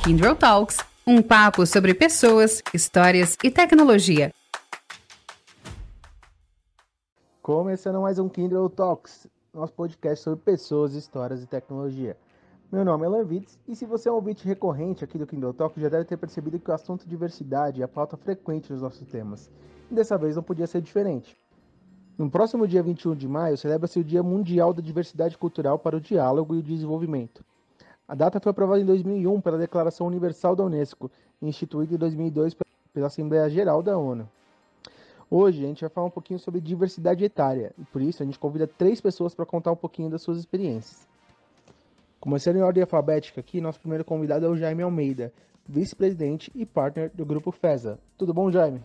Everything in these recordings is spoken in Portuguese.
Kyndryl Talks, um papo sobre pessoas, histórias e tecnologia. Começando mais um Kyndryl Talks, nosso podcast sobre pessoas, histórias e tecnologia. Meu nome é Alan Vitz, e se você é um ouvinte recorrente aqui do Kyndryl Talks, já deve ter percebido que o assunto diversidade é a pauta frequente nos nossos temas. E dessa vez não podia ser diferente. No próximo dia 21 de maio, celebra-se o Dia Mundial da Diversidade Cultural para o Diálogo e o Desenvolvimento. A data foi aprovada em 2001 pela Declaração Universal da Unesco e instituída em 2002 pela Assembleia Geral da ONU. Hoje a gente vai falar um pouquinho sobre diversidade etária, e por isso a gente convida 3 pessoas para contar um pouquinho das suas experiências. Começando em ordem alfabética aqui, nosso primeiro convidado é o Jaime Almeida, vice-presidente e partner do Grupo FESA. Tudo bom, Jaime?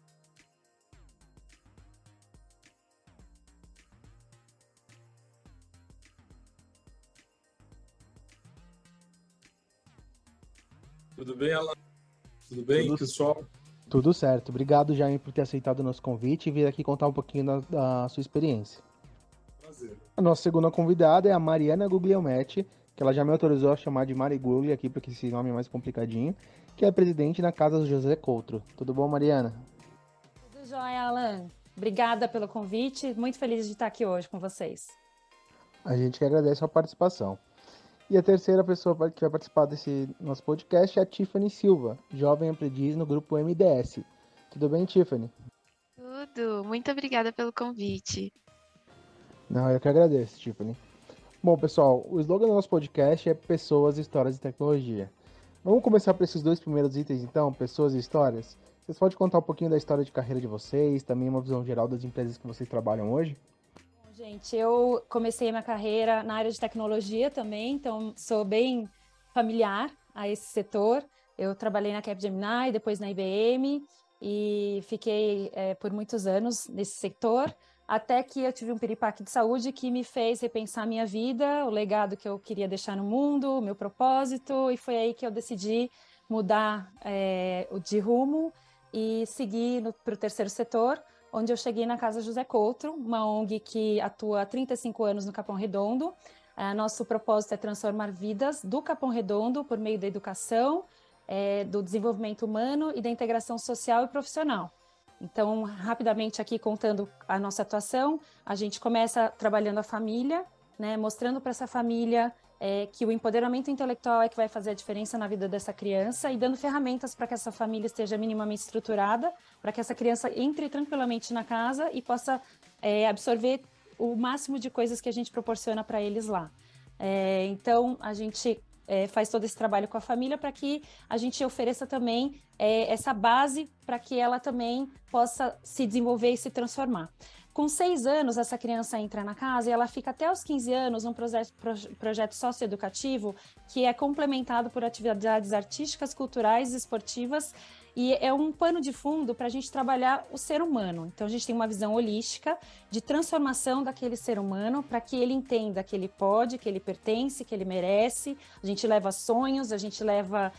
Tudo bem, Alan? Tudo bem, pessoal? Tudo certo. Obrigado, Jaime, por ter aceitado o nosso convite e vir aqui contar um pouquinho da sua experiência. Prazer. A nossa segunda convidada é a Mariana Guglielmetti, que ela já me autorizou a chamar de Mari Gugli aqui, porque esse nome é mais complicadinho, que é presidente na Casa do José Coutro. Tudo bom, Mariana? Tudo jóia, Alan. Obrigada pelo convite. Muito feliz de estar aqui hoje com vocês. A gente que agradece a participação. E a terceira pessoa que vai participar desse nosso podcast é a Tiffany Silva, jovem aprendiz no grupo MDS. Tudo bem, Tiffany? Tudo. Muito obrigada pelo convite. Não, eu que agradeço, Tiffany. Bom, pessoal, o slogan do nosso podcast é Pessoas, Histórias e Tecnologia. Vamos começar por esses 2 primeiros itens, então, Pessoas e Histórias. Vocês podem contar um pouquinho da história de carreira de vocês, também uma visão geral das empresas que vocês trabalham hoje? Gente, eu comecei minha carreira na área de tecnologia também, então sou bem familiar a esse setor. Eu trabalhei na Capgemini, depois na IBM e fiquei por muitos anos nesse setor, até que eu tive um piripaque de saúde que me fez repensar a minha vida, o legado que eu queria deixar no mundo, o meu propósito, e foi aí que eu decidi mudar de rumo e seguir para o terceiro setor, onde eu cheguei na Casa José Coutro, uma ONG que atua há 35 anos no Capão Redondo. Nosso propósito é transformar vidas do Capão Redondo por meio da educação, do desenvolvimento humano e da integração social e profissional. Então, rapidamente aqui contando a nossa atuação, a gente começa trabalhando a família, né, mostrando para essa família que o empoderamento intelectual é que vai fazer a diferença na vida dessa criança e dando ferramentas para que essa família esteja minimamente estruturada, para que essa criança entre tranquilamente na casa e possa absorver o máximo de coisas que a gente proporciona para eles lá. Então, a gente faz todo esse trabalho com a família para que a gente ofereça também essa base para que ela também possa se desenvolver e se transformar. Com 6 anos, essa criança entra na casa e ela fica até os 15 anos num projeto socioeducativo que é complementado por atividades artísticas, culturais e esportivas, e é um pano de fundo para a gente trabalhar o ser humano. Então, a gente tem uma visão holística de transformação daquele ser humano para que ele entenda que ele pode, que ele pertence, que ele merece. A gente leva sonhos, a gente leva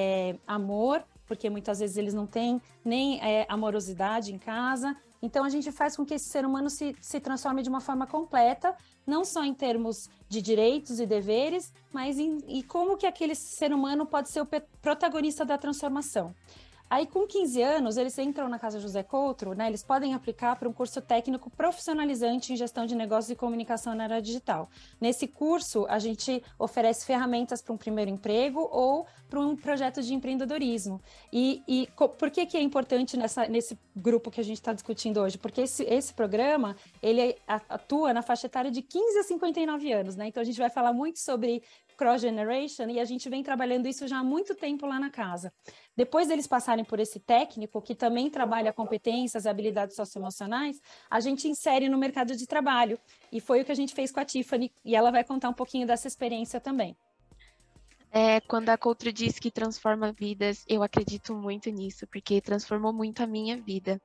amor, porque muitas vezes eles não têm nem amorosidade em casa. Então, a gente faz com que esse ser humano se transforme de uma forma completa, não só em termos de direitos e deveres, mas em como que aquele ser humano pode ser o protagonista da transformação. Aí, com 15 anos, eles entram na Casa José Coutro, né? Eles podem aplicar para um curso técnico profissionalizante em gestão de negócios e comunicação na área digital. Nesse curso, a gente oferece ferramentas para um primeiro emprego ou para um projeto de empreendedorismo. E por que é importante nesse grupo que a gente está discutindo hoje? Porque esse programa, ele atua na faixa etária de 15 a 59 anos, né? Então, a gente vai falar muito sobre cross-generation e a gente vem trabalhando isso já há muito tempo lá na casa. Depois deles passarem por esse técnico, que também trabalha competências e habilidades socioemocionais, a gente insere no mercado de trabalho. E foi o que a gente fez com a Tiffany, e ela vai contar um pouquinho dessa experiência também. Quando a Coutro diz que transforma vidas, eu acredito muito nisso, porque transformou muito a minha vida.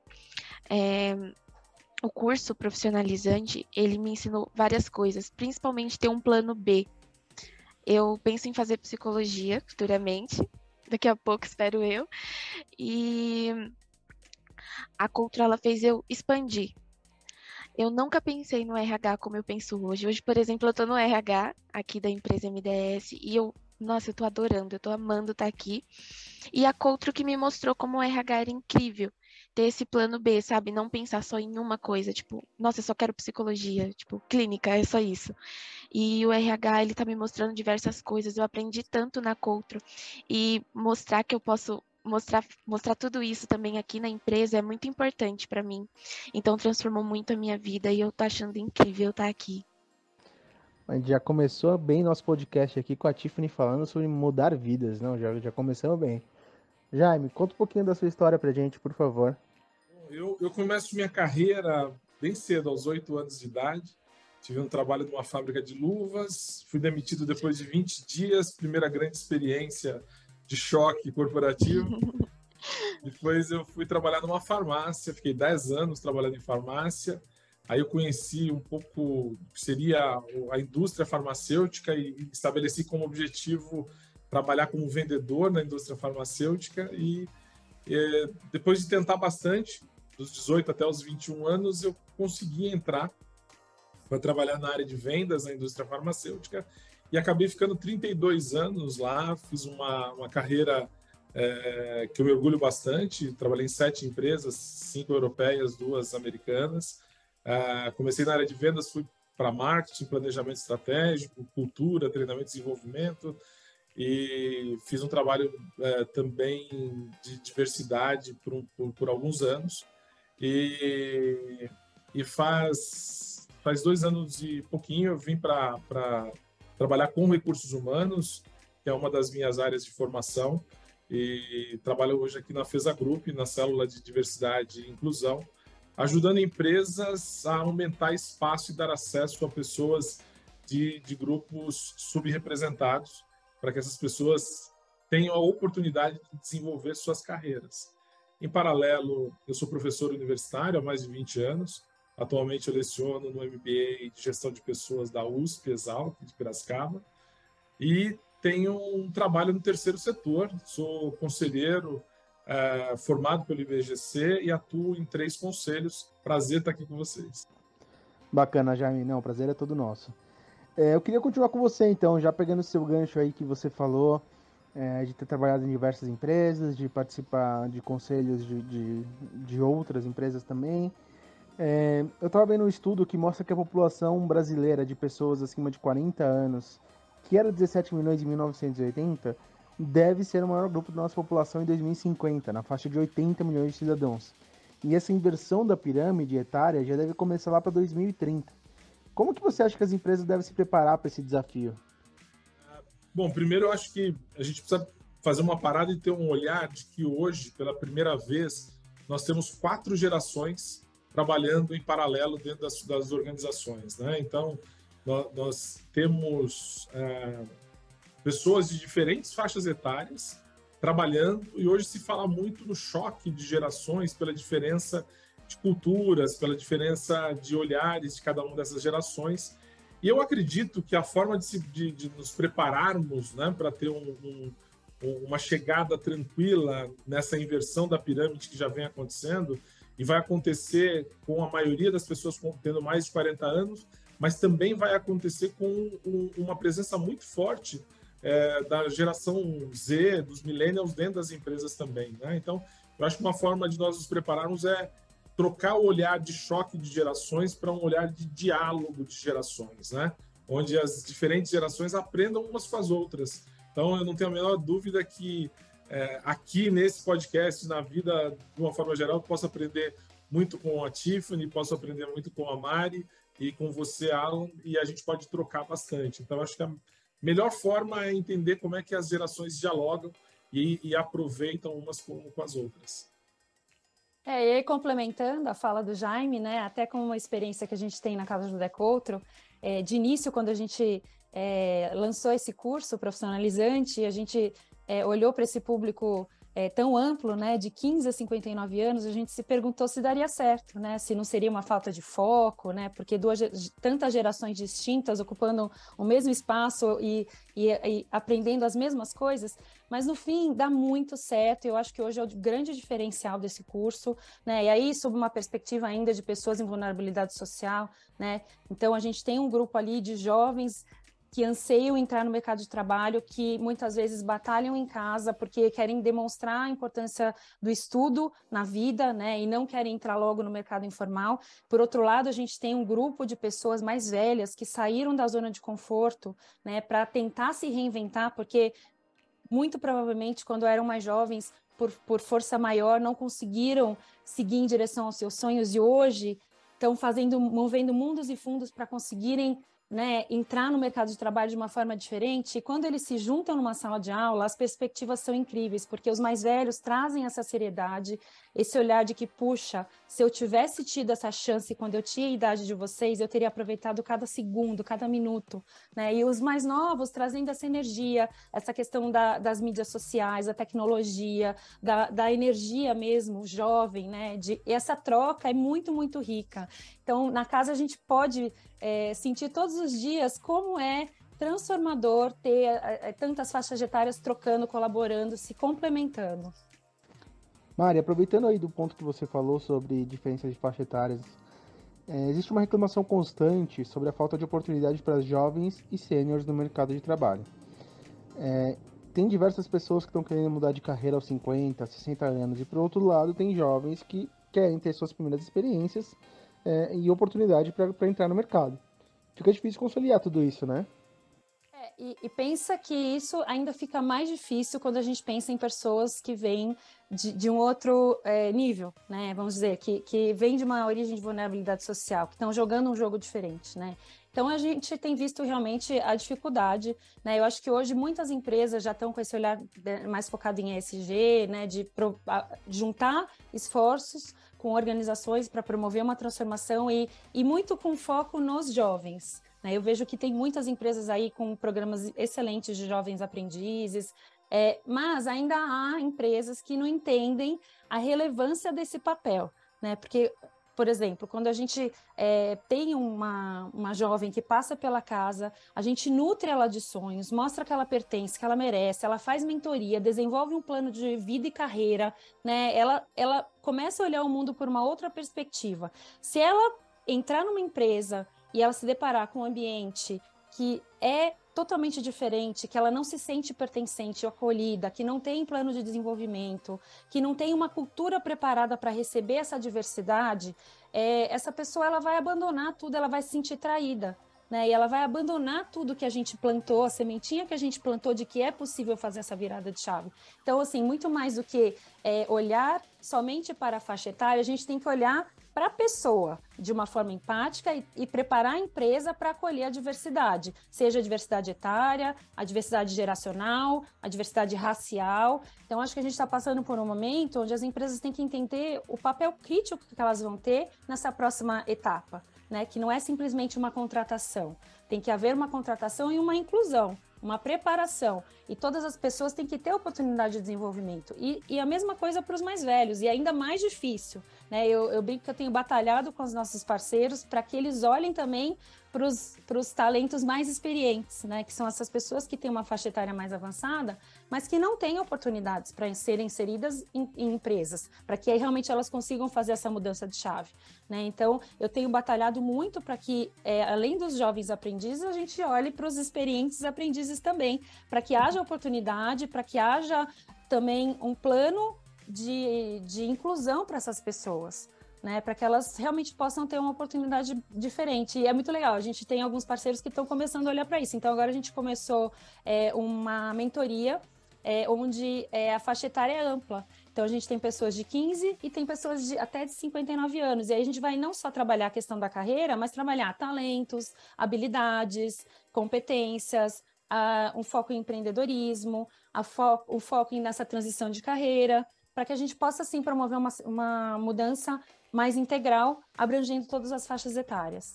O curso profissionalizante, ele me ensinou várias coisas, principalmente ter um plano B. Eu penso em fazer psicologia futuramente, daqui a pouco, espero eu. E a Coutro, ela fez eu expandir. Eu nunca pensei no RH como eu penso hoje. Hoje, por exemplo, eu estou no RH aqui da empresa MDS e eu nossa, eu tô adorando, eu tô amando estar aqui. E a Coutro que me mostrou como o RH era incrível. Ter esse plano B, sabe? Não pensar só em uma coisa, tipo, nossa, eu só quero psicologia, tipo, clínica, é só isso. E o RH, ele tá me mostrando diversas coisas. Eu aprendi tanto na Coutro. E mostrar que eu posso mostrar tudo isso também aqui na empresa é muito importante para mim. Então transformou muito a minha vida e eu tô achando incrível estar aqui. A gente já começou bem nosso podcast aqui com a Tiffany falando sobre mudar vidas, não? Já começamos bem. Jaime, conta um pouquinho da sua história pra gente, por favor. Eu começo minha carreira bem cedo, aos 8 anos de idade. Tive um trabalho numa fábrica de luvas, fui demitido depois de 20 dias, primeira grande experiência de choque corporativo. Depois eu fui trabalhar numa farmácia, fiquei 10 anos trabalhando em farmácia. Aí eu conheci um pouco o que seria a indústria farmacêutica e estabeleci como objetivo trabalhar como vendedor na indústria farmacêutica. E depois de tentar bastante, dos 18 até os 21 anos, eu consegui entrar para trabalhar na área de vendas na indústria farmacêutica e acabei ficando 32 anos lá, fiz uma carreira que eu me orgulho bastante, trabalhei em 7 empresas, 5 europeias, 2 americanas. Comecei na área de vendas, fui para marketing, planejamento estratégico, cultura, treinamento e desenvolvimento, e fiz um trabalho também de diversidade por alguns anos. E faz 2 anos e pouquinho eu vim para trabalhar com recursos humanos, que é uma das minhas áreas de formação, e trabalho hoje aqui na FESA Group, na célula de diversidade e inclusão, ajudando empresas a aumentar espaço e dar acesso a pessoas de grupos subrepresentados, para que essas pessoas tenham a oportunidade de desenvolver suas carreiras. Em paralelo, eu sou professor universitário há mais de 20 anos. Atualmente eu leciono no MBA de Gestão de Pessoas da USP, Exalc, de Piracicaba. E tenho um trabalho no terceiro setor. Sou conselheiro formado pelo IBGC e atuo em 3 conselhos. Prazer estar aqui com vocês. Bacana, Jaime. Não, o prazer é todo nosso. Eu queria continuar com você, então, já pegando o seu gancho aí que você falou, de ter trabalhado em diversas empresas, de participar de conselhos de outras empresas também. Eu estava vendo um estudo que mostra que a população brasileira de pessoas acima de 40 anos, que era 17 milhões em 1980, deve ser o maior grupo da nossa população em 2050, na faixa de 80 milhões de cidadãos. E essa inversão da pirâmide etária já deve começar lá para 2030. Como que você acha que as empresas devem se preparar para esse desafio? Bom, primeiro eu acho que a gente precisa fazer uma parada e ter um olhar de que hoje, pela primeira vez, nós temos 4 gerações trabalhando em paralelo dentro das organizações, né? Então, nós temos pessoas de diferentes faixas etárias trabalhando, e hoje se fala muito no choque de gerações pela diferença de culturas, pela diferença de olhares de cada uma dessas gerações. E eu acredito que a forma de nos prepararmos, né, para ter uma chegada tranquila nessa inversão da pirâmide que já vem acontecendo, e vai acontecer com a maioria das pessoas tendo mais de 40 anos, mas também vai acontecer com uma presença muito forte da geração Z, dos millennials dentro das empresas também, né? Então, eu acho que uma forma de nós nos prepararmos é trocar o olhar de choque de gerações para um olhar de diálogo de gerações, né? Onde as diferentes gerações aprendam umas com as outras. Então, eu não tenho a menor dúvida que aqui nesse podcast, na vida de uma forma geral, eu posso aprender muito com a Tiffany, posso aprender muito com a Mari e com você, Alan, e a gente pode trocar bastante. Então, acho que a melhor forma é entender como é que as gerações dialogam e aproveitam umas com as outras. E aí, complementando a fala do Jaime, né, até com uma experiência que a gente tem na Casa José Coutro, de início, quando a gente lançou esse curso profissionalizante, a gente olhou para esse público tão amplo, né, de 15 a 59 anos, a gente se perguntou se daria certo, né, se não seria uma falta de foco, né, porque tantas gerações distintas ocupando o mesmo espaço e aprendendo as mesmas coisas, mas no fim dá muito certo. Eu acho que hoje é o grande diferencial desse curso, né, e aí sob uma perspectiva ainda de pessoas em vulnerabilidade social, né, então a gente tem um grupo ali de jovens que anseiam entrar no mercado de trabalho, que muitas vezes batalham em casa porque querem demonstrar a importância do estudo na vida, né, e não querem entrar logo no mercado informal. Por outro lado, a gente tem um grupo de pessoas mais velhas que saíram da zona de conforto, né, para tentar se reinventar, porque muito provavelmente, quando eram mais jovens, por força maior, não conseguiram seguir em direção aos seus sonhos e hoje estão movendo mundos e fundos para conseguirem, né, entrar no mercado de trabalho de uma forma diferente. E quando eles se juntam numa sala de aula, as perspectivas são incríveis, porque os mais velhos trazem essa seriedade, esse olhar de que, puxa, se eu tivesse tido essa chance quando eu tinha a idade de vocês, eu teria aproveitado cada segundo, cada minuto, né? E os mais novos trazendo essa energia, essa questão das mídias sociais, da tecnologia, da energia mesmo, jovem, né? E essa troca é muito, muito rica. Então, na casa a gente pode sentir todos os dias como é transformador ter tantas faixas etárias trocando, colaborando, se complementando. Mari, aproveitando aí do ponto que você falou sobre diferenças de faixa etárias, existe uma reclamação constante sobre a falta de oportunidade para jovens e sêniores no mercado de trabalho. Tem diversas pessoas que estão querendo mudar de carreira aos 50, 60 anos, e por outro lado tem jovens que querem ter suas primeiras experiências e oportunidade para entrar no mercado. Fica difícil conciliar tudo isso, né? E pensa que isso ainda fica mais difícil quando a gente pensa em pessoas que vêm de um outro nível, né? Vamos dizer, que vêm de uma origem de vulnerabilidade social, que estão jogando um jogo diferente, né? Então, a gente tem visto realmente a dificuldade, né? Eu acho que hoje muitas empresas já estão com esse olhar mais focado em ESG, né? De juntar esforços com organizações para promover uma transformação e muito com foco nos jovens. Eu vejo que tem muitas empresas aí com programas excelentes de jovens aprendizes, mas ainda há empresas que não entendem a relevância desse papel, né? Porque, por exemplo, quando a gente tem uma jovem que passa pela casa, a gente nutre ela de sonhos, mostra que ela pertence, que ela merece, ela faz mentoria, desenvolve um plano de vida e carreira, né? Ela começa a olhar o mundo por uma outra perspectiva. Se ela entrar numa empresa e ela se deparar com um ambiente que é totalmente diferente, que ela não se sente pertencente ou acolhida, que não tem plano de desenvolvimento, que não tem uma cultura preparada para receber essa diversidade, essa pessoa ela vai abandonar tudo, ela vai se sentir traída, né? E ela vai abandonar tudo que a gente plantou, a sementinha que a gente plantou de que é possível fazer essa virada de chave. Então, assim, muito mais do que olhar somente para a faixa etária, a gente tem que olhar para a pessoa de uma forma empática e preparar a empresa para acolher a diversidade, seja a diversidade etária, a diversidade geracional, a diversidade racial. Então, acho que a gente está passando por um momento onde as empresas têm que entender o papel crítico que elas vão ter nessa próxima etapa, né? Que não é simplesmente uma contratação. Tem que haver uma contratação e uma inclusão, uma preparação. E todas as pessoas têm que ter oportunidade de desenvolvimento. E a mesma coisa para os mais velhos, e ainda mais difícil, né? Eu brinco que eu tenho batalhado com os nossos parceiros para que eles olhem também para os talentos mais experientes, né? Que são essas pessoas que têm uma faixa etária mais avançada, mas que não têm oportunidades para serem inseridas em empresas, para que aí realmente elas consigam fazer essa mudança de chave, né? Então, eu tenho batalhado muito para que, além dos jovens aprendizes, a gente olhe para os experientes aprendizes também, para que haja oportunidade, para que haja também um plano de inclusão para essas pessoas, né, para que elas realmente possam ter uma oportunidade diferente. E é muito legal, a gente tem alguns parceiros que estão começando a olhar para isso. Então, agora a gente começou uma mentoria onde a faixa etária é ampla. Então, a gente tem pessoas de 15 e tem pessoas até de 59 anos. E aí a gente vai não só trabalhar a questão da carreira, mas trabalhar talentos, habilidades, competências, um foco em empreendedorismo, um foco nessa transição de carreira, para que a gente possa, sim, promover uma mudança mais integral, abrangendo todas as faixas etárias.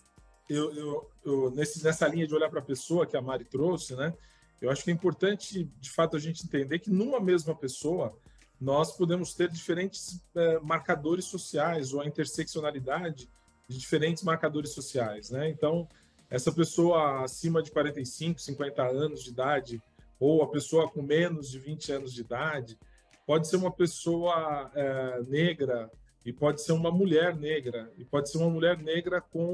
Nessa linha de olhar para a pessoa que a Mari trouxe, né? Eu acho que é importante, de fato, a gente entender que numa mesma pessoa nós podemos ter diferentes marcadores sociais ou a interseccionalidade de diferentes marcadores sociais, né? Então, essa pessoa acima de 45, 50 anos de idade ou a pessoa com menos de 20 anos de idade pode ser uma pessoa negra e pode ser uma mulher negra e pode ser uma mulher negra com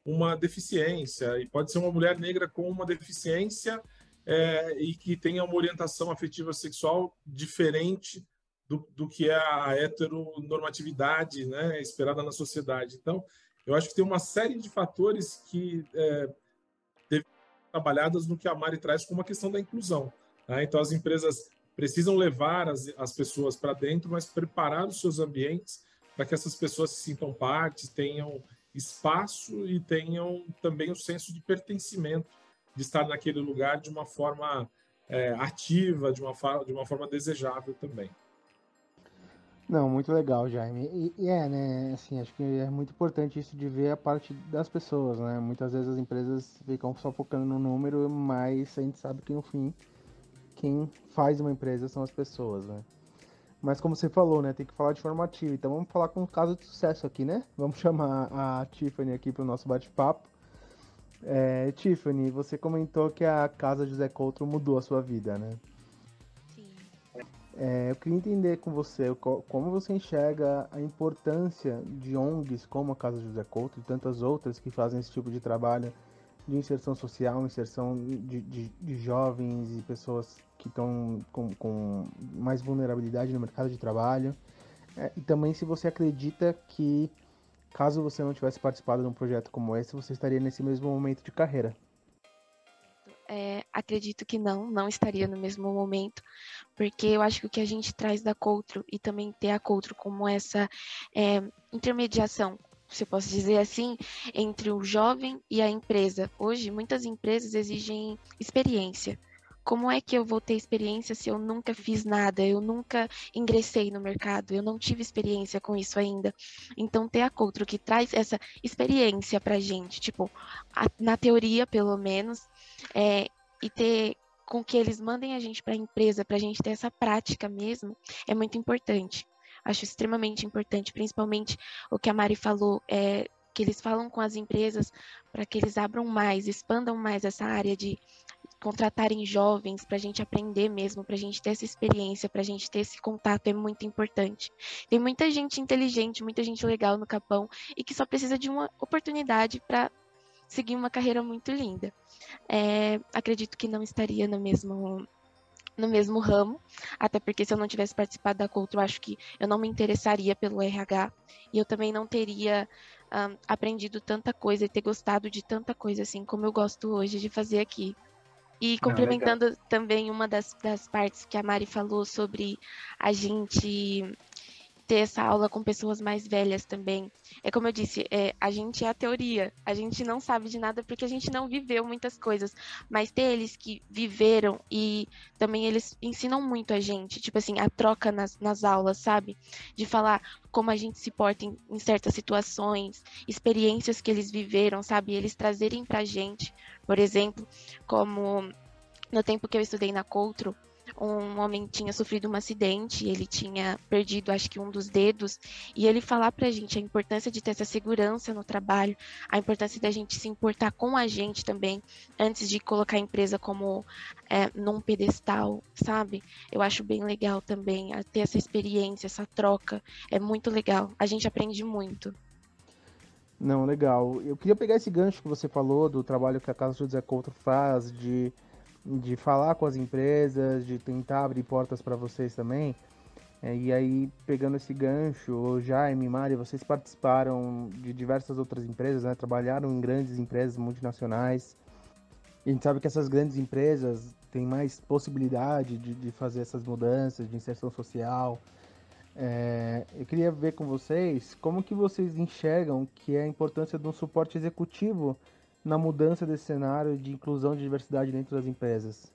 uma deficiência, e pode ser uma mulher negra com uma deficiência e que tenha uma orientação afetiva sexual diferente do que é a heteronormatividade, né, esperada na sociedade. Então, eu acho que tem uma série de fatores que devem ser trabalhadas no que a Mari traz como a questão da inclusão. Tá? Então, as empresas precisam levar as pessoas para dentro, mas preparar os seus ambientes para que essas pessoas se sintam parte, tenham espaço e tenham também o senso de pertencimento, de estar naquele lugar de uma forma ativa, de uma forma desejável também. Não, muito legal, Jaime. Né, assim, acho que é muito importante isso de ver a parte das pessoas, né? Muitas vezes as empresas ficam só focando no número, mas a gente sabe que no fim, quem faz uma empresa são as pessoas, né? Mas como você falou, né, tem que falar de forma ativa. Então vamos falar com um caso de sucesso aqui, né? Vamos chamar a Tiffany aqui para o nosso bate-papo. Tiffany, você comentou que a Casa José Couto mudou a sua vida, né? Sim. Eu queria entender com você como você enxerga a importância de ONGs como a Casa José Couto e tantas outras que fazem esse tipo de trabalho de inserção social, inserção de jovens e pessoas que estão com mais vulnerabilidade no mercado de trabalho. E também se você acredita que, caso você não tivesse participado de um projeto como esse, você estaria nesse mesmo momento de carreira. Acredito que não estaria no mesmo momento, porque eu acho que o que a gente traz da Coutro e também ter a Coutro como essa intermediação, se eu posso dizer assim, entre o jovem e a empresa. Hoje, muitas empresas exigem experiência. Como é que eu vou ter experiência se eu nunca fiz nada, eu nunca ingressei no mercado, eu não tive experiência com isso ainda? Então, ter a Coutro que traz essa experiência pra gente, tipo, na teoria, pelo menos, e ter com que eles mandem a gente para a empresa, para a gente ter essa prática mesmo, é muito importante. Acho extremamente importante, principalmente o que a Mari falou, que eles falam com as empresas para que eles abram mais, expandam mais essa área de contratarem jovens para a gente aprender mesmo, para a gente ter essa experiência, para a gente ter esse contato, é muito importante. Tem muita gente inteligente, muita gente legal no Capão e que só precisa de uma oportunidade para seguir uma carreira muito linda. Acredito que não estaria no mesmo ramo, até porque se eu não tivesse participado da Coutro, acho que eu não me interessaria pelo RH e eu também não teria aprendido tanta coisa e ter gostado de tanta coisa assim como eu gosto hoje de fazer aqui. E complementando também uma das partes que a Mari falou sobre a gente ter essa aula com pessoas mais velhas também. Como eu disse, a gente é a teoria, a gente não sabe de nada porque a gente não viveu muitas coisas, mas ter eles que viveram e também eles ensinam muito a gente, tipo assim, a troca nas aulas, sabe? De falar como a gente se porta em certas situações, experiências que eles viveram, sabe? Eles trazerem pra gente, por exemplo, como no tempo que eu estudei na Coutro, um homem tinha sofrido um acidente, ele tinha perdido acho que um dos dedos, e ele falar pra gente a importância de ter essa segurança no trabalho, a importância da gente se importar com a gente também, antes de colocar a empresa como num pedestal, sabe? Eu acho bem legal também ter essa experiência, essa troca, é muito legal, a gente aprende muito. Não, legal. Eu queria pegar esse gancho que você falou do trabalho que a Casa José Couto faz, de falar com as empresas, de tentar abrir portas para vocês também. E aí, pegando esse gancho, Jaime, Mari, vocês participaram de diversas outras empresas, né? Trabalharam em grandes empresas multinacionais. E a gente sabe que essas grandes empresas têm mais possibilidade de fazer essas mudanças, de inserção social. Eu queria ver com vocês como que vocês enxergam que é a importância de um suporte executivo na mudança desse cenário de inclusão e diversidade dentro das empresas.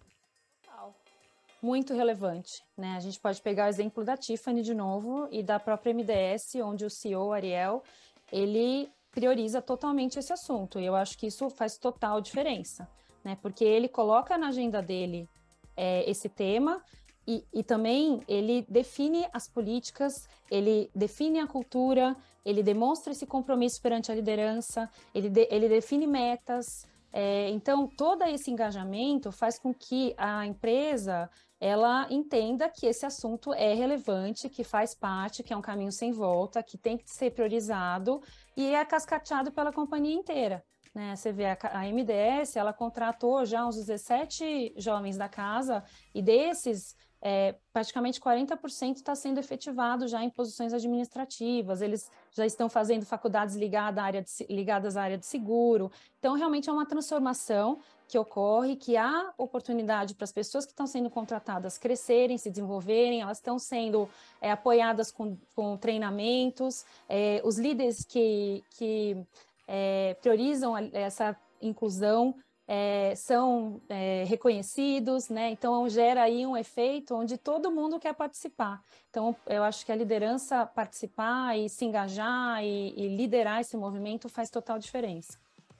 Muito relevante, né? A gente pode pegar o exemplo da Tiffany de novo e da própria MDS, onde o CEO, Ariel, ele prioriza totalmente esse assunto. E eu acho que isso faz total diferença, né? Porque ele coloca na agenda dele esse tema e também ele define as políticas, ele define a cultura, ele demonstra esse compromisso perante a liderança, ele define metas. Então, todo esse engajamento faz com que a empresa ela entenda que esse assunto é relevante, que faz parte, que é um caminho sem volta, que tem que ser priorizado e é cascateado pela companhia inteira. né? Você vê a MDS, ela contratou já uns 17 jovens da casa, e desses, praticamente 40% está sendo efetivado já em posições administrativas, eles já estão fazendo faculdades ligadas à área de seguro. Então, realmente é uma transformação que ocorre, que há oportunidade para as pessoas que estão sendo contratadas crescerem, se desenvolverem, elas estão sendo apoiadas com treinamentos, os líderes que priorizam essa inclusão são reconhecidos, né? Então gera aí um efeito onde todo mundo quer participar. Então eu acho que a liderança participar e se engajar e liderar esse movimento faz total diferença.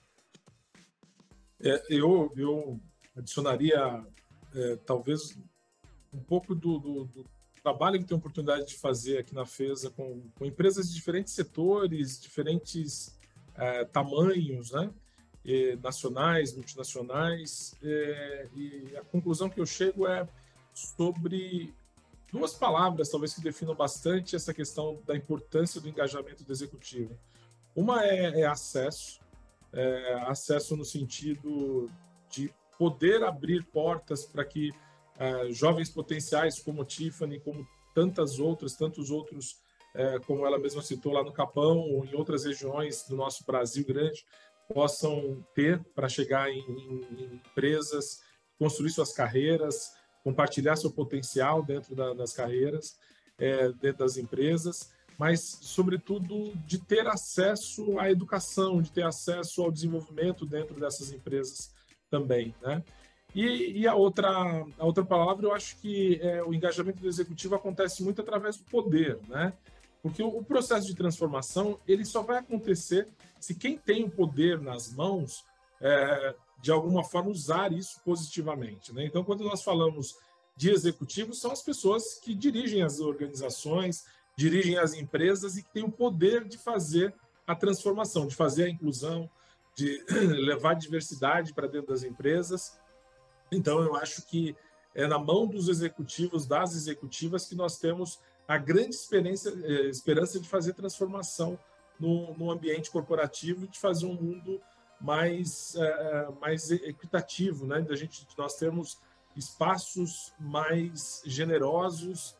Eu adicionaria talvez um pouco do trabalho que tem a oportunidade de fazer aqui na FESA com empresas de diferentes setores, diferentes tamanhos, né? Nacionais, multinacionais, e a conclusão que eu chego é sobre duas palavras, talvez, que definam bastante essa questão da importância do engajamento do executivo. Uma é acesso, acesso no sentido de poder abrir portas para que jovens potenciais como Tiffany, como tantos outros, como ela mesma citou lá no Capão ou em outras regiões do nosso Brasil grande, possam ter para chegar em empresas, construir suas carreiras, compartilhar seu potencial dentro das carreiras, dentro das empresas, mas, sobretudo, de ter acesso à educação, de ter acesso ao desenvolvimento dentro dessas empresas também, né? E a outra palavra, eu acho que o engajamento do executivo acontece muito através do poder, né? Porque o processo de transformação ele só vai acontecer se quem tem o poder nas mãos, de alguma forma, usar isso positivamente, né? Então, quando nós falamos de executivos, são as pessoas que dirigem as organizações, dirigem as empresas e que têm o poder de fazer a transformação, de fazer a inclusão, de levar diversidade para dentro das empresas. Então, eu acho que é na mão dos executivos, das executivas, que nós temos a grande esperança de fazer transformação no ambiente corporativo e de fazer um mundo mais equitativo, né? De nós termos espaços mais generosos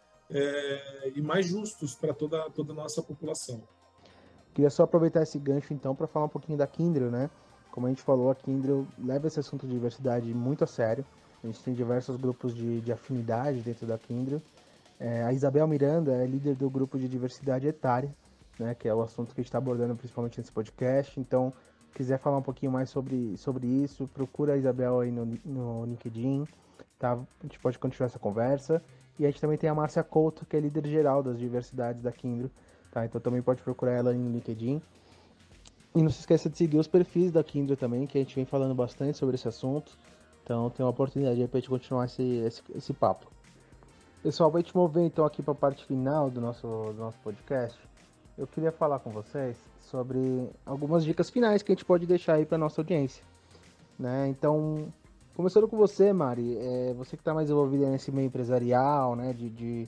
e mais justos para toda a nossa população. Queria só aproveitar esse gancho, então, para falar um pouquinho da Kyndryl, né? Como a gente falou, a Kyndryl leva esse assunto de diversidade muito a sério. A gente tem diversos grupos de afinidade dentro da Kyndryl. A Isabel Miranda é líder do grupo de diversidade etária, né? Que é o assunto que a gente está abordando principalmente nesse podcast. Então, se quiser falar um pouquinho mais sobre isso, procura a Isabel aí no LinkedIn, tá? A gente pode continuar essa conversa. E a gente também tem a Márcia Couto, que é líder geral das diversidades da Kyndryl, tá? Então também pode procurar ela no LinkedIn. E não se esqueça de seguir os perfis da Kyndryl também, que a gente vem falando bastante sobre esse assunto. Então tem uma oportunidade aí pra gente continuar esse papo. Pessoal, vai te mover então aqui para a parte final do nosso podcast. Eu queria falar com vocês sobre algumas dicas finais que a gente pode deixar aí para nossa audiência, né? Então, começando com você, Mari, você que está mais envolvida nesse meio empresarial, né? De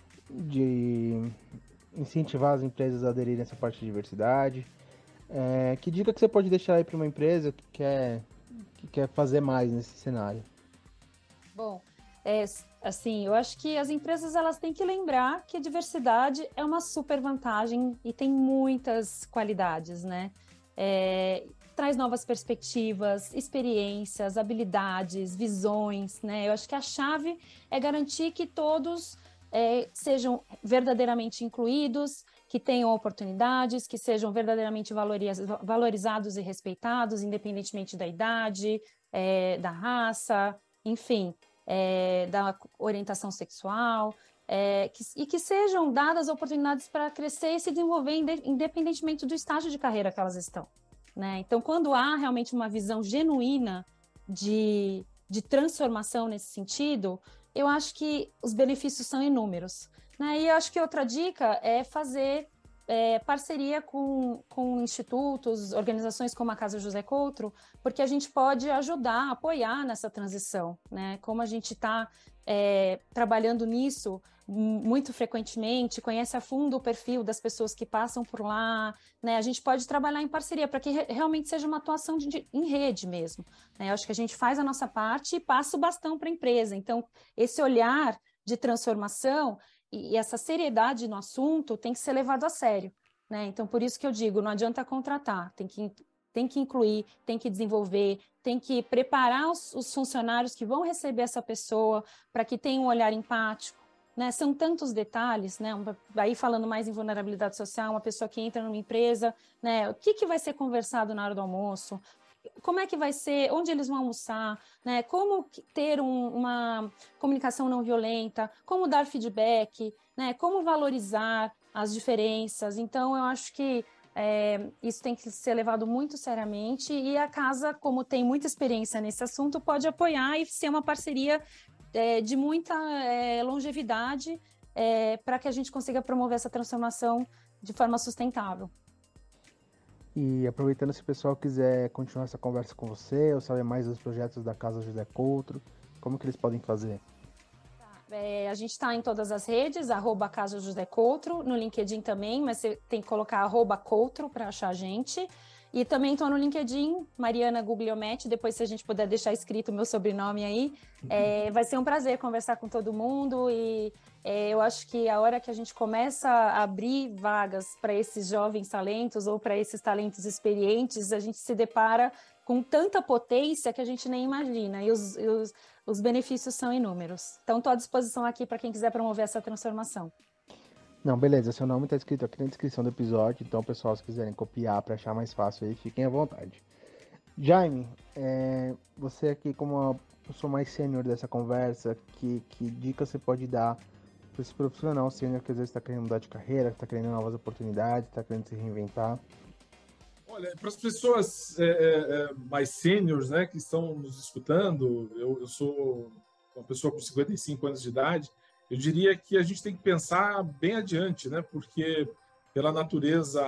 incentivar as empresas a aderirem a essa parte de diversidade. Que dica que você pode deixar aí para uma empresa que quer fazer mais nesse cenário? Bom, assim, eu acho que as empresas elas têm que lembrar que a diversidade é uma super vantagem e tem muitas qualidades, né? Traz novas perspectivas, experiências, habilidades, visões, né? Eu acho que a chave é garantir que todos sejam verdadeiramente incluídos, que tenham oportunidades, que sejam verdadeiramente valorizados e respeitados, independentemente da idade, da raça, enfim, da orientação sexual, e que sejam dadas oportunidades para crescer e se desenvolver independentemente do estágio de carreira que elas estão, né? Então, quando há realmente uma visão genuína de transformação nesse sentido, eu acho que os benefícios são inúmeros, né? E eu acho que outra dica é fazer parceria com institutos, organizações como a Casa José Coutro, porque a gente pode ajudar, apoiar nessa transição, né? Como a gente está trabalhando nisso muito frequentemente, conhece a fundo o perfil das pessoas que passam por lá, né? A gente pode trabalhar em parceria para que realmente seja uma atuação em rede mesmo, né? Eu acho que a gente faz a nossa parte e passa o bastão para a empresa. Então, esse olhar de transformação e essa seriedade no assunto tem que ser levado a sério, né? Então, por isso que eu digo, não adianta contratar, tem que incluir, tem que desenvolver, tem que preparar os funcionários que vão receber essa pessoa para que tenham um olhar empático, né? São tantos detalhes, né? Aí falando mais em vulnerabilidade social, uma pessoa que entra numa empresa, né? O que vai ser conversado na hora do almoço? Como é que vai ser? Onde eles vão almoçar? Né? Como ter uma comunicação não violenta? Como dar feedback? Né? Como valorizar as diferenças? Então, eu acho que isso tem que ser levado muito seriamente e a casa, como tem muita experiência nesse assunto, pode apoiar e ser uma parceria de muita longevidade para que a gente consiga promover essa transformação de forma sustentável. E aproveitando, se o pessoal quiser continuar essa conversa com você ou saber mais dos projetos da Casa José Coutro, como que eles podem fazer? A gente está em todas as redes, @Casa José Coutro, no LinkedIn também, mas você tem que colocar @Coutro para achar a gente. E também estou no LinkedIn, Mariana Guglielmetti, depois se a gente puder deixar escrito o meu sobrenome aí. Vai ser um prazer conversar com todo mundo e eu acho que a hora que a gente começa a abrir vagas para esses jovens talentos ou para esses talentos experientes, a gente se depara com tanta potência que a gente nem imagina e os benefícios são inúmeros. Então estou à disposição aqui para quem quiser promover essa transformação. Não, beleza, seu nome está escrito aqui na descrição do episódio, então pessoal, se quiserem copiar para achar mais fácil aí, fiquem à vontade. Jaime, você aqui como a pessoa mais sênior dessa conversa, que dica você pode dar para esse profissional sênior que às vezes está querendo mudar de carreira, que está querendo novas oportunidades, está querendo se reinventar? Olha, para as pessoas mais sêniores, né, que estão nos escutando, eu sou uma pessoa com 55 anos de idade, eu diria que a gente tem que pensar bem adiante, né? Porque pela natureza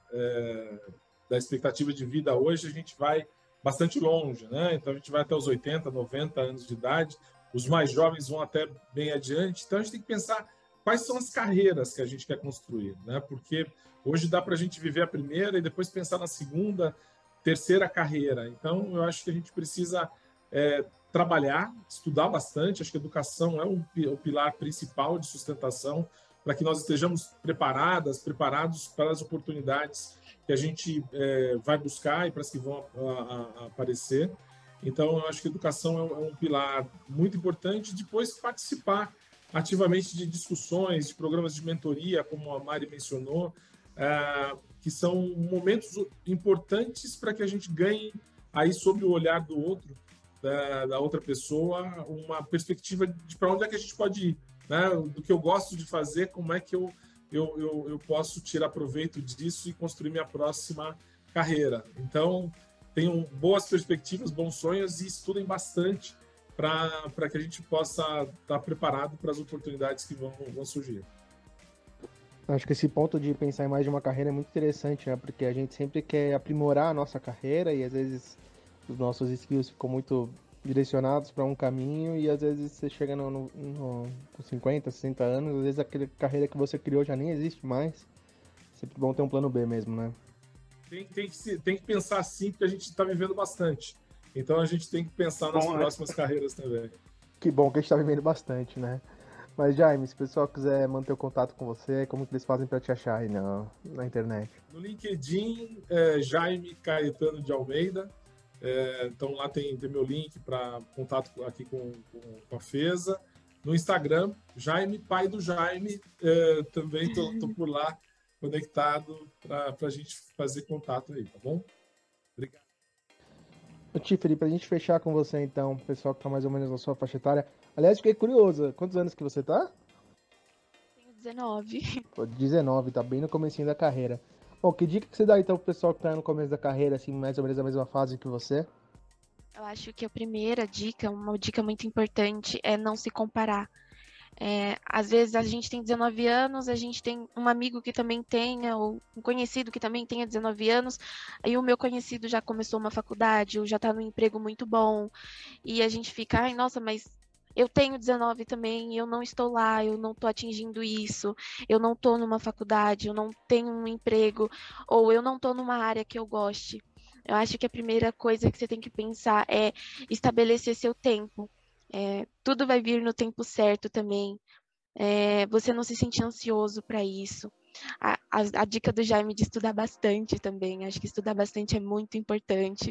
da expectativa de vida hoje, a gente vai bastante longe, né? Então a gente vai até os 80, 90 anos de idade, os mais jovens vão até bem adiante, então a gente tem que pensar quais são as carreiras que a gente quer construir, né? Porque hoje dá para a gente viver a primeira e depois pensar na segunda, terceira carreira. Então eu acho que a gente precisa trabalhar, estudar bastante. Acho que a educação é o pilar principal de sustentação para que nós estejamos preparados para as oportunidades que a gente vai buscar e para as que vão aparecer. Então, eu acho que a educação é um pilar muito importante. Depois, participar ativamente de discussões, de programas de mentoria, como a Mari mencionou, que são momentos importantes para que a gente ganhe aí, sob o olhar do outro, da outra pessoa, uma perspectiva de para onde é que a gente pode ir, né? Do que eu gosto de fazer, como é que eu posso tirar proveito disso e construir minha próxima carreira. Então, tenham boas perspectivas, bons sonhos e estudem bastante para que a gente possa estar preparado para as oportunidades que vão surgir. Acho que esse ponto de pensar em mais de uma carreira é muito interessante, né? Porque a gente sempre quer aprimorar a nossa carreira e às vezes os nossos skills ficam muito direcionados para um caminho e às vezes você chega com 50, 60 anos, às vezes aquela carreira que você criou já nem existe mais. Sempre bom ter um plano B mesmo, né? Tem que pensar assim, porque a gente está vivendo bastante. Então a gente tem que pensar nas próximas carreiras também. Que bom que a gente está vivendo bastante, né? Mas, Jaime, se o pessoal quiser manter o contato com você, como que eles fazem para te achar aí na internet? No LinkedIn, Jaime Caetano de Almeida. Então lá tem meu link para contato aqui com a FESA. No Instagram, Jaime, pai do Jaime, também tô por lá conectado para a gente fazer contato aí, tá bom? Obrigado. Ô, Tiffany, pra gente fechar com você então, o pessoal que tá mais ou menos na sua faixa etária. Aliás, fiquei curioso, quantos anos que você tá? Tenho 19. Pô, 19, tá bem no comecinho da carreira. Bom, que dica que você dá então pro pessoal que tá no começo da carreira, assim, mais ou menos na mesma fase que você? Eu acho que a primeira dica, uma dica muito importante, é não se comparar. Às vezes a gente tem 19 anos, a gente tem um amigo que também tenha, ou um conhecido que também tenha 19 anos, aí o meu conhecido já começou uma faculdade, ou já está num emprego muito bom, e a gente fica, ai, nossa, mas eu tenho 19 também, eu não estou lá, eu não estou atingindo isso, eu não estou numa faculdade, eu não tenho um emprego, ou eu não estou numa área que eu goste. Eu acho que a primeira coisa que você tem que pensar é estabelecer seu tempo. Tudo vai vir no tempo certo também. Você não se sentir ansioso para isso. A dica do Jaime de estudar bastante também. Acho que estudar bastante é muito importante.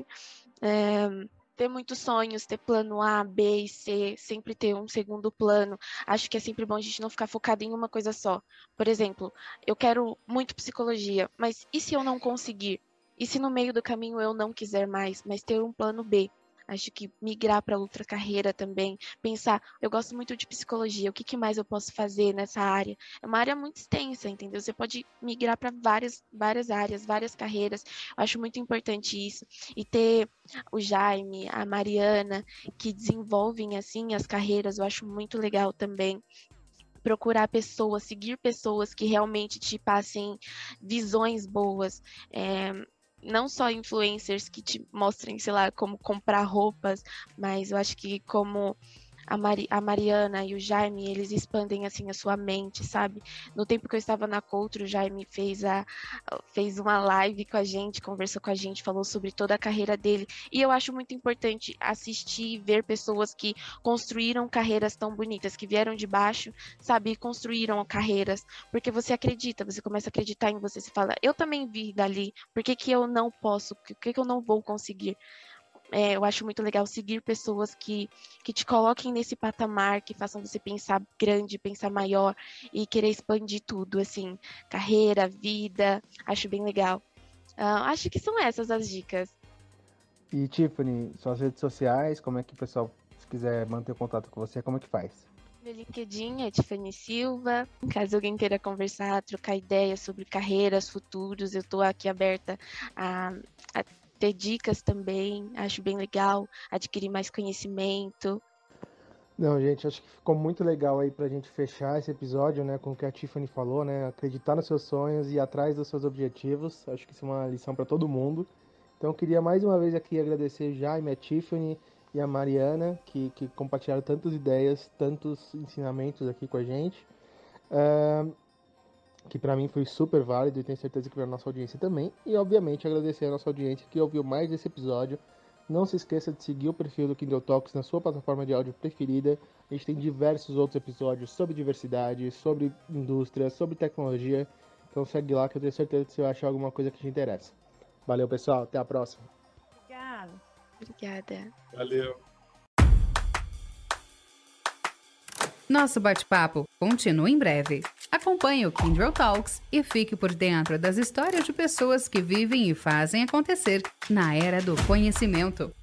Ter muitos sonhos, ter plano A, B e C, sempre ter um segundo plano. Acho que é sempre bom a gente não ficar focado em uma coisa só. Por exemplo, eu quero muito psicologia, mas e se eu não conseguir? E se no meio do caminho eu não quiser mais, mas ter um plano B? Acho que migrar para outra carreira também, pensar, eu gosto muito de psicologia, o que mais eu posso fazer nessa área? É uma área muito extensa, entendeu? Você pode migrar para várias áreas, várias carreiras. Eu acho muito importante isso. E ter o Jaime, a Mariana, que desenvolvem assim as carreiras, eu acho muito legal também. Procurar pessoas, seguir pessoas que realmente te passem visões boas. Não só influencers que te mostrem, sei lá, como comprar roupas, mas eu acho que como a Mariana e o Jaime, eles expandem, assim, a sua mente, sabe? No tempo que eu estava na Coutro, o Jaime fez uma live com a gente, conversou com a gente, falou sobre toda a carreira dele, e eu acho muito importante assistir e ver pessoas que construíram carreiras tão bonitas, que vieram de baixo, sabe? E construíram carreiras, porque você acredita, você começa a acreditar em você, você fala, eu também vi dali, por que eu não posso, por que eu não vou conseguir? Eu acho muito legal seguir pessoas que te coloquem nesse patamar, que façam você pensar grande, pensar maior e querer expandir tudo, assim, carreira, vida, acho bem legal. Acho que são essas as dicas. E Tiffany, suas redes sociais, como é que o pessoal, se quiser manter contato com você, como é que faz? Meu LinkedIn é Tiffany Silva. Caso alguém queira conversar, trocar ideias sobre carreiras, futuros, eu estou aqui aberta a ter dicas também, acho bem legal, adquirir mais conhecimento. Não, gente, acho que ficou muito legal aí pra gente fechar esse episódio, né, com o que a Tiffany falou, né, acreditar nos seus sonhos e ir atrás dos seus objetivos, acho que isso é uma lição para todo mundo. Então eu queria mais uma vez aqui agradecer Jaime, a Tiffany e a Mariana, que compartilharam tantas ideias, tantos ensinamentos aqui com a gente, que para mim foi super válido e tenho certeza que para a nossa audiência também. E obviamente agradecer a nossa audiência que ouviu mais esse episódio. Não se esqueça de seguir o perfil do Kindle Talks na sua plataforma de áudio preferida. A gente tem diversos outros episódios sobre diversidade, sobre indústria, sobre tecnologia. Então segue lá que eu tenho certeza que você vai achar alguma coisa que te interessa. Valeu, pessoal. Até a próxima. Obrigada. Valeu. Nosso bate-papo continua em breve. Acompanhe o Kindle Talks e fique por dentro das histórias de pessoas que vivem e fazem acontecer na era do conhecimento.